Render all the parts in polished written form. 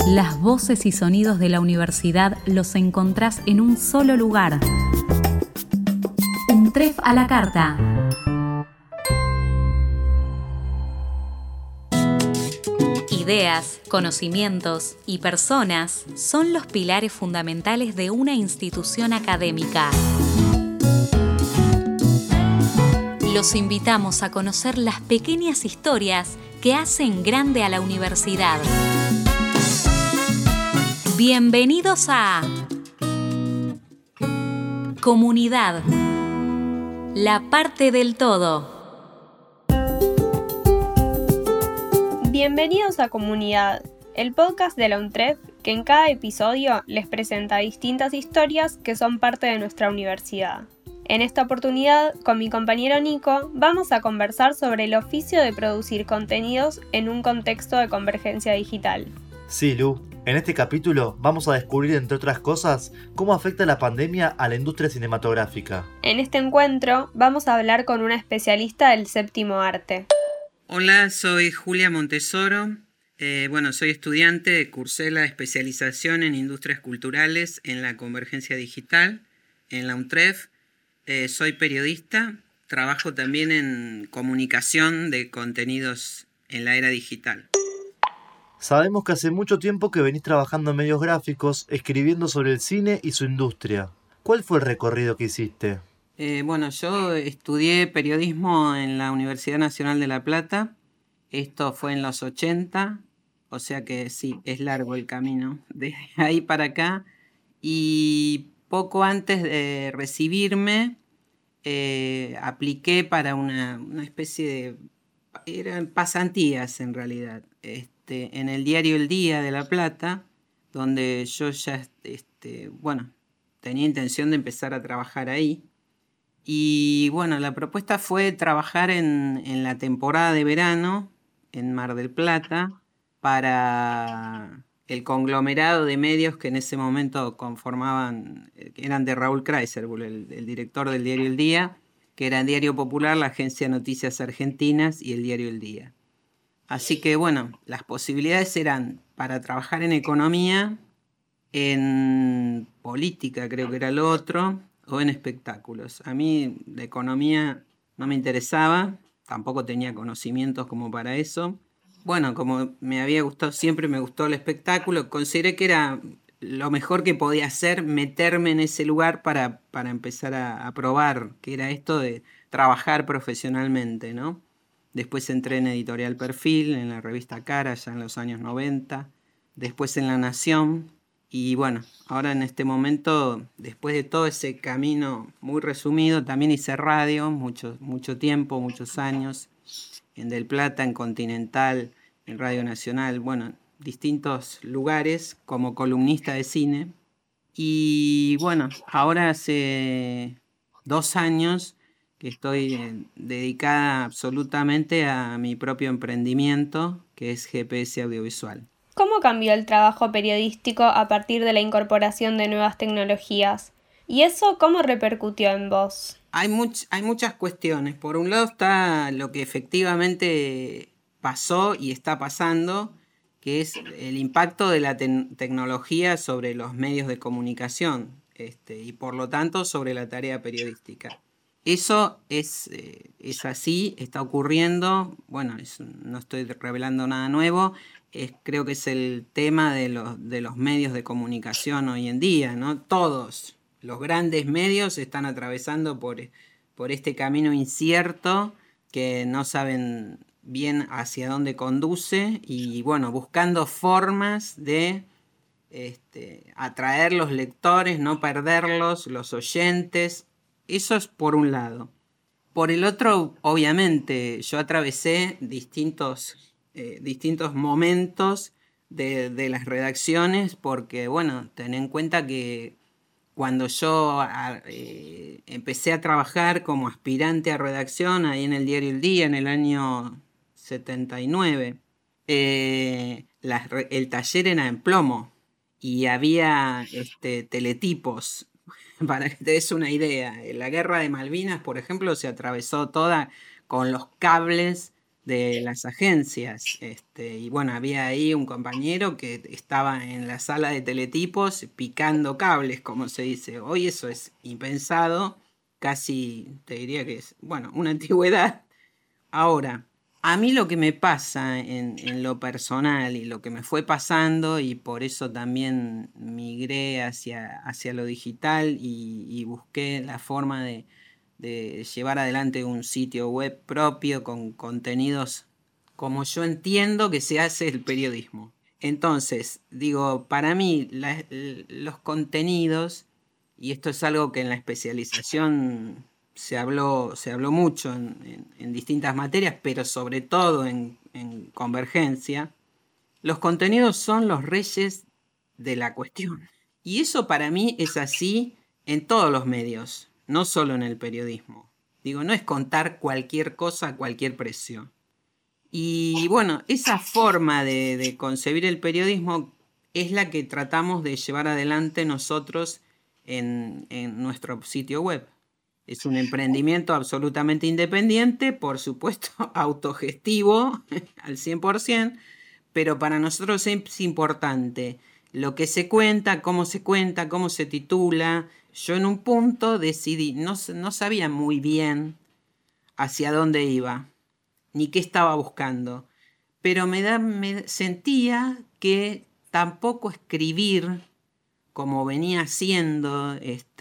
Las voces y sonidos de la universidad los encontrás en un solo lugar. UNTREF a la carta. Ideas, conocimientos y personas son los pilares fundamentales de una institución académica. Los invitamos a conocer las pequeñas historias que hacen grande a la universidad. Bienvenidos a Comunidad, la parte del todo. Bienvenidos a Comunidad, el podcast de la UNTREF que en cada episodio les presenta distintas historias que son parte de nuestra universidad. En esta oportunidad, con mi compañero Nico, vamos a conversar sobre el oficio de producir contenidos en un contexto de convergencia digital. Sí, Lu. En este capítulo vamos a descubrir, entre otras cosas, cómo afecta la pandemia a la industria cinematográfica. En este encuentro vamos a hablar con una especialista del séptimo arte. Hola, soy Julia Montesoro. Soy estudiante, cursé la especialización en industrias culturales en la convergencia digital en la UNTREF. Soy periodista, trabajo también en comunicación de contenidos en la era digital. Sabemos que hace mucho tiempo que venís trabajando en medios gráficos, escribiendo sobre el cine y su industria. ¿Cuál fue el recorrido que hiciste? Yo estudié periodismo en la Universidad Nacional de La Plata. Esto fue en los 80, o sea que sí, es largo el camino de ahí para acá. Y poco antes de recibirme, apliqué para una especie de... eran pasantías en realidad, en el diario El Día de La Plata, donde yo ya tenía intención de empezar a trabajar ahí. Y bueno, la propuesta fue trabajar en la temporada de verano en Mar del Plata para el conglomerado de medios que en ese momento conformaban, eran de Raúl Kreiserbull, el director del diario El Día, que era el Diario Popular, la Agencia de Noticias Argentinas y el diario El Día. Así que bueno, las posibilidades eran para trabajar en economía, en política creo que era lo otro, o en espectáculos. A mí la economía no me interesaba, tampoco tenía conocimientos como para eso. Bueno, como me había gustado, siempre me gustó el espectáculo, consideré que era lo mejor que podía hacer, meterme en ese lugar para empezar a probar qué era esto de trabajar profesionalmente, ¿no? Después entré en Editorial Perfil, en la revista Cara, ya en los años 90. Después en La Nación. Y bueno, ahora en este momento, después de todo ese camino muy resumido, también hice radio, mucho tiempo, muchos años. En Del Plata, en Continental, en Radio Nacional, bueno, distintos lugares como columnista de cine. Y bueno, ahora hace 2 años que estoy dedicada absolutamente a mi propio emprendimiento, que es GPS Audiovisual. ¿Cómo cambió el trabajo periodístico a partir de la incorporación de nuevas tecnologías? ¿Y eso cómo repercutió en vos? Hay muchas cuestiones. Por un lado está lo que efectivamente pasó y está pasando, que es el impacto de la tecnología sobre los medios de comunicación, y por lo tanto sobre la tarea periodística. Eso es así, está ocurriendo. Bueno, no estoy revelando nada nuevo. Creo que es el tema de los medios de comunicación hoy en día, ¿no? Todos los grandes medios están atravesando por este camino incierto que no saben bien hacia dónde conduce y, bueno, buscando formas de atraer los lectores, no perderlos, los oyentes. Eso es por un lado. Por el otro, obviamente, yo atravesé distintos momentos de las redacciones porque, bueno, ten en cuenta que cuando yo empecé a trabajar como aspirante a redacción ahí en el diario El Día en el año 79, el taller era en plomo y había teletipos. Para que te des una idea, la guerra de Malvinas, por ejemplo, se atravesó toda con los cables de las agencias. Y bueno, había ahí un compañero que estaba en la sala de teletipos picando cables, como se dice. Hoy eso es impensado, casi te diría que es, bueno, una antigüedad. Ahora, a mí lo que me pasa en lo personal y lo que me fue pasando, y por eso también migré hacia lo digital y busqué la forma de llevar adelante un sitio web propio con contenidos como yo entiendo que se hace el periodismo. Entonces, digo, para mí los contenidos, y esto es algo que en la especialización se habló mucho en distintas materias, pero sobre todo en Convergencia, los contenidos son los reyes de la cuestión. Y eso para mí es así en todos los medios, no solo en el periodismo. Digo, no es contar cualquier cosa a cualquier precio. Y bueno, esa forma de concebir el periodismo es la que tratamos de llevar adelante nosotros en nuestro sitio web. Es un emprendimiento absolutamente independiente, por supuesto autogestivo al 100%, pero para nosotros es importante lo que se cuenta, cómo se titula. Yo en un punto decidí, no sabía muy bien hacia dónde iba, ni qué estaba buscando, pero me sentía que tampoco escribir como venía haciendo,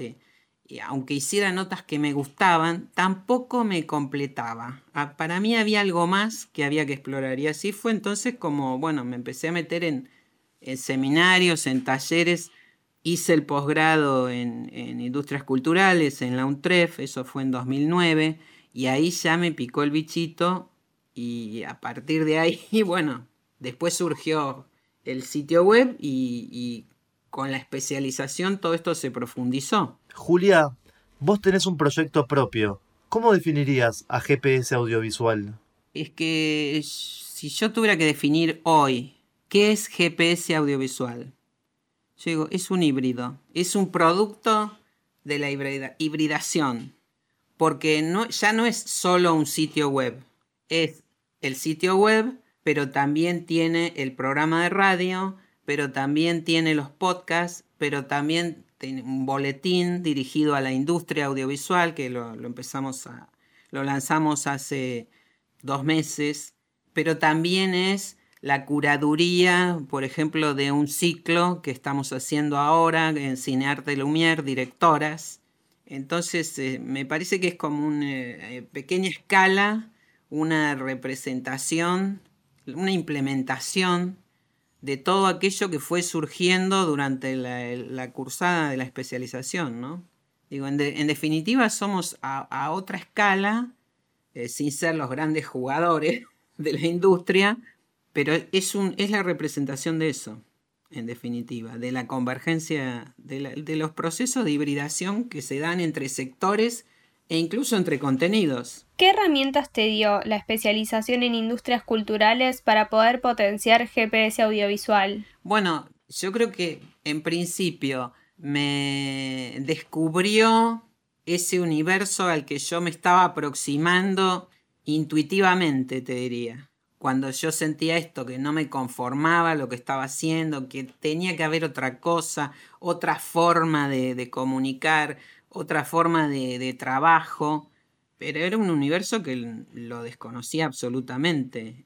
y aunque hiciera notas que me gustaban, tampoco me completaba. Para mí había algo más que había que explorar, y así fue entonces como, bueno, me empecé a meter en seminarios, en talleres. Hice el posgrado en Industrias Culturales en la UNTREF, eso fue en 2009, y ahí ya me picó el bichito, y a partir de ahí, bueno, después surgió el sitio web y con la especialización todo esto se profundizó. Julia, vos tenés un proyecto propio. ¿Cómo definirías a GPS Audiovisual? Es que si yo tuviera que definir hoy qué es GPS Audiovisual, yo digo, es un híbrido, es un producto de la hibridación, porque ya no es solo un sitio web, es el sitio web, pero también tiene el programa de radio, pero también tiene los podcasts, pero también tiene un boletín dirigido a la industria audiovisual, que lo lanzamos hace 2 meses, pero también es la curaduría, por ejemplo, de un ciclo que estamos haciendo ahora en Cinearte Lumière, directoras. Entonces, me parece que es como una pequeña escala, una representación, una implementación de todo aquello que fue surgiendo durante la cursada de la especialización, ¿no? Digo, en definitiva somos a otra escala, sin ser los grandes jugadores de la industria, pero es la representación de eso, en definitiva, de la convergencia, de los procesos de hibridación que se dan entre sectores e incluso entre contenidos. ¿Qué herramientas te dio la especialización en industrias culturales para poder potenciar GPS audiovisual? Bueno, yo creo que en principio me descubrió ese universo al que yo me estaba aproximando intuitivamente, te diría. Cuando yo sentía esto, que no me conformaba lo que estaba haciendo, que tenía que haber otra cosa, otra forma de comunicar, otra forma de trabajo, pero era un universo que lo desconocía absolutamente.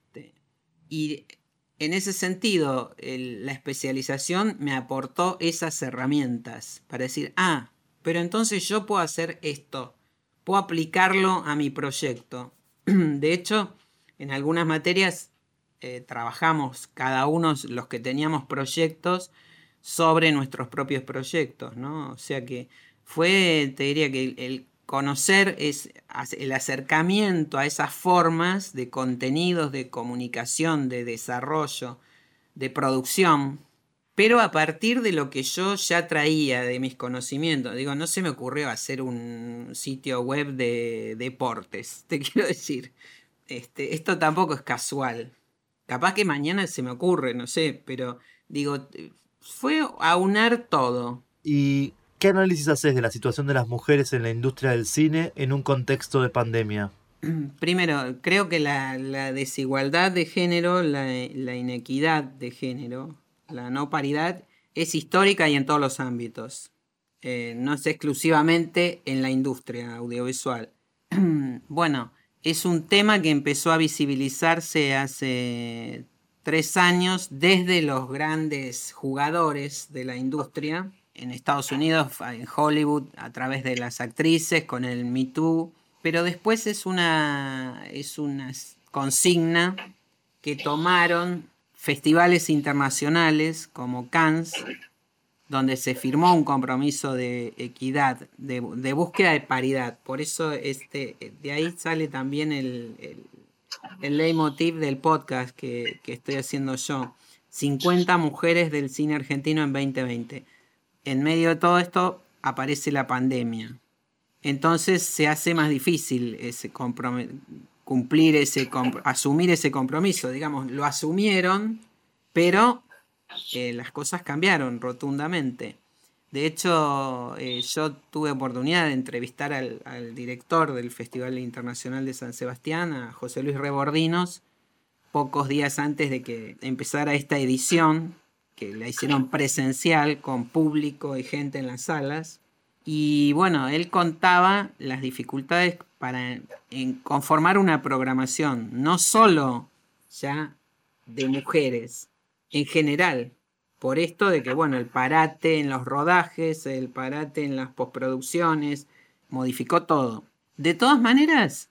Y en ese sentido, la especialización me aportó esas herramientas para decir, pero entonces yo puedo hacer esto, puedo aplicarlo a mi proyecto. De hecho, en algunas materias trabajamos cada uno, los que teníamos proyectos, sobre nuestros propios proyectos, ¿no? O sea que fue, te diría que el conocer es el acercamiento a esas formas de contenidos, de comunicación, de desarrollo, de producción, pero a partir de lo que yo ya traía de mis conocimientos. Digo, no se me ocurrió hacer un sitio web de deportes, te quiero decir. Esto tampoco es casual. Capaz que mañana se me ocurre, no sé, pero digo, fue aunar todo. ¿Y qué análisis haces de la situación de las mujeres en la industria del cine en un contexto de pandemia? Primero, creo que la desigualdad de género, la inequidad de género, la no paridad, es histórica y en todos los ámbitos. No es exclusivamente en la industria audiovisual. Bueno, es un tema que empezó a visibilizarse hace 3 años desde los grandes jugadores de la industria, en Estados Unidos, en Hollywood, a través de las actrices, con el Me Too, pero después es una consigna que tomaron festivales internacionales como Cannes, donde se firmó un compromiso de equidad, de búsqueda de paridad. Por eso de ahí sale también el leitmotiv del podcast que estoy haciendo yo. 50 mujeres del cine argentino en 2020. En medio de todo esto aparece la pandemia. Entonces se hace más difícil asumir ese compromiso. Digamos, lo asumieron, pero las cosas cambiaron rotundamente. De hecho, yo tuve oportunidad de entrevistar al director del Festival Internacional de San Sebastián, a José Luis Rebordinos, pocos días antes de que empezara esta edición, que la hicieron presencial con público y gente en las salas. Y bueno, él contaba las dificultades para conformar una programación, no solo ya de mujeres, en general. Por esto de que, bueno, el parate en los rodajes, el parate en las postproducciones, modificó todo. De todas maneras,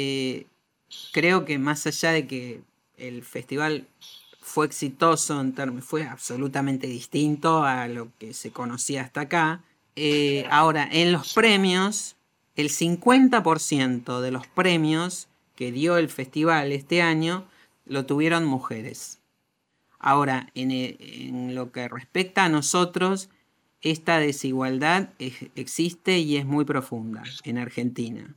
creo que más allá de que el festival fue exitoso, fue absolutamente distinto a lo que se conocía hasta acá. Ahora, en los premios, el 50% de los premios que dio el festival este año lo tuvieron mujeres. Ahora, en lo que respecta a nosotros, esta desigualdad existe y es muy profunda en Argentina.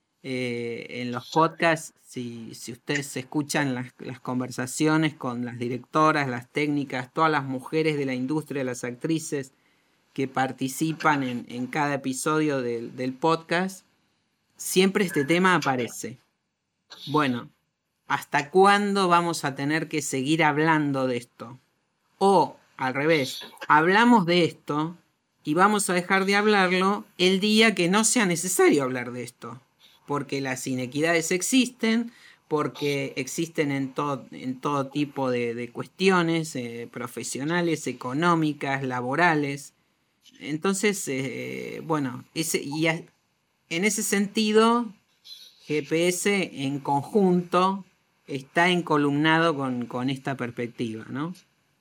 En los podcasts, si ustedes escuchan las conversaciones con las directoras, las técnicas, todas las mujeres de la industria, las actrices que participan en cada episodio del podcast, siempre este tema aparece. Bueno, ¿hasta cuándo vamos a tener que seguir hablando de esto? O, al revés, hablamos de esto y vamos a dejar de hablarlo el día que no sea necesario hablar de esto. Porque las inequidades existen, porque existen en todo tipo de cuestiones profesionales, económicas, laborales. Entonces, bueno, en ese sentido, GPS en conjunto está encolumnado con esta perspectiva, ¿no?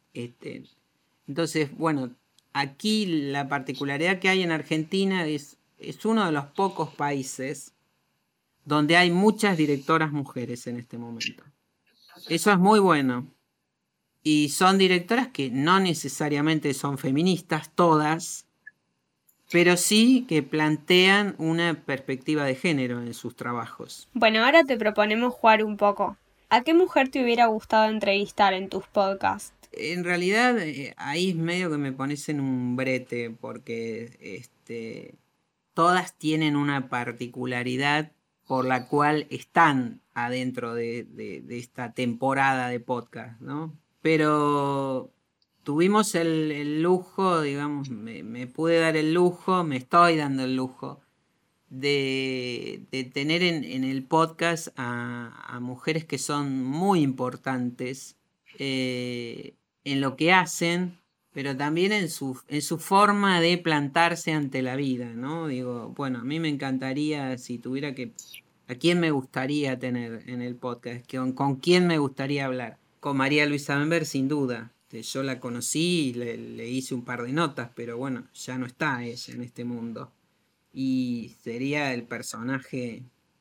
Entonces, bueno, aquí la particularidad que hay en Argentina es uno de los pocos países donde hay muchas directoras mujeres en este momento. Eso es muy bueno. Y son directoras que no necesariamente son feministas, todas, pero sí que plantean una perspectiva de género en sus trabajos. Bueno, ahora te proponemos jugar un poco. ¿A qué mujer te hubiera gustado entrevistar en tus podcasts? En realidad, ahí es medio que me pones en un brete, porque todas tienen una particularidad por la cual están adentro de esta temporada de podcast, ¿no? Pero tuvimos el lujo, digamos, me pude dar el lujo, me estoy dando el lujo de tener en el podcast a mujeres que son muy importantes en lo que hacen, pero también en su forma de plantarse ante la vida, ¿no? Digo, bueno, a mí me encantaría, si tuviera que... ¿A quién me gustaría tener en el podcast? ¿Con quién me gustaría hablar? Con María Luisa Bember, sin duda. Yo la conocí y le hice un par de notas, pero bueno, ya no está ella en este mundo. Y sería el personaje.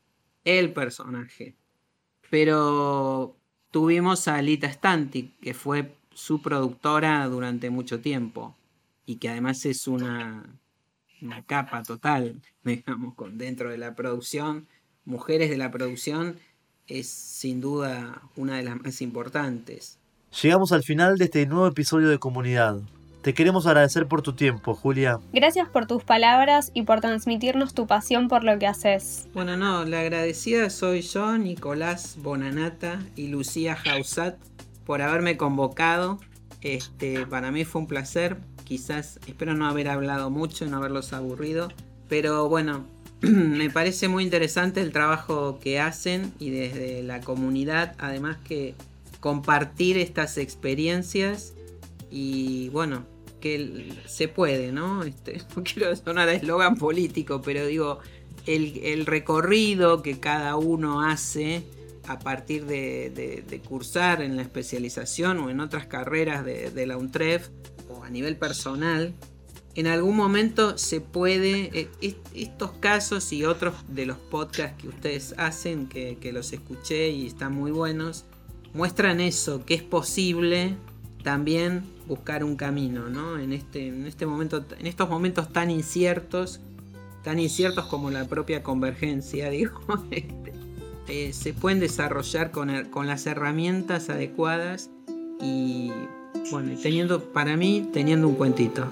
Pero tuvimos a Alita Stantic, que fue su productora durante mucho tiempo. Y que además es una capa total, digamos, dentro de la producción. Mujeres de la producción es sin duda una de las más importantes. Llegamos al final de este nuevo episodio de Comunidad. Te queremos agradecer por tu tiempo, Julia. Gracias por tus palabras y por transmitirnos tu pasión por lo que haces. Bueno, no, la agradecida soy yo, Nicolás Bonanata y Lucía Jausat, por haberme convocado. Para mí fue un placer. Quizás, espero no haber hablado mucho, no haberlos aburrido. Pero bueno, me parece muy interesante el trabajo que hacen y desde la comunidad, además que compartir estas experiencias y bueno, que se puede, ¿no? No quiero sonar a eslogan político, pero digo, el recorrido que cada uno hace a partir de cursar en la especialización o en otras carreras de la UNTREF o a nivel personal, en algún momento se puede, estos casos y otros de los podcasts que ustedes hacen, que los escuché y están muy buenos, muestran eso, que es posible también buscar un camino, ¿no? En este momento, en estos momentos tan inciertos como la propia convergencia, digo, se pueden desarrollar con las herramientas adecuadas y bueno, teniendo un cuentito.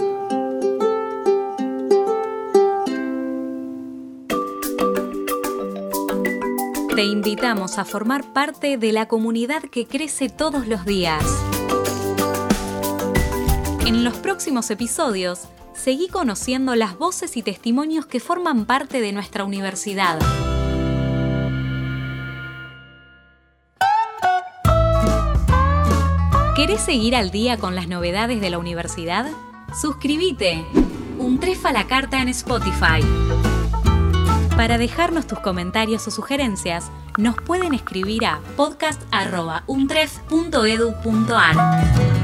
Te invitamos a formar parte de la comunidad que crece todos los días. En los próximos episodios, seguí conociendo las voces y testimonios que forman parte de nuestra universidad. ¿Querés seguir al día con las novedades de la universidad? Suscríbete. UNTREF a la carta en Spotify. Para dejarnos tus comentarios o sugerencias, nos pueden escribir a podcast@untref.edu.ar.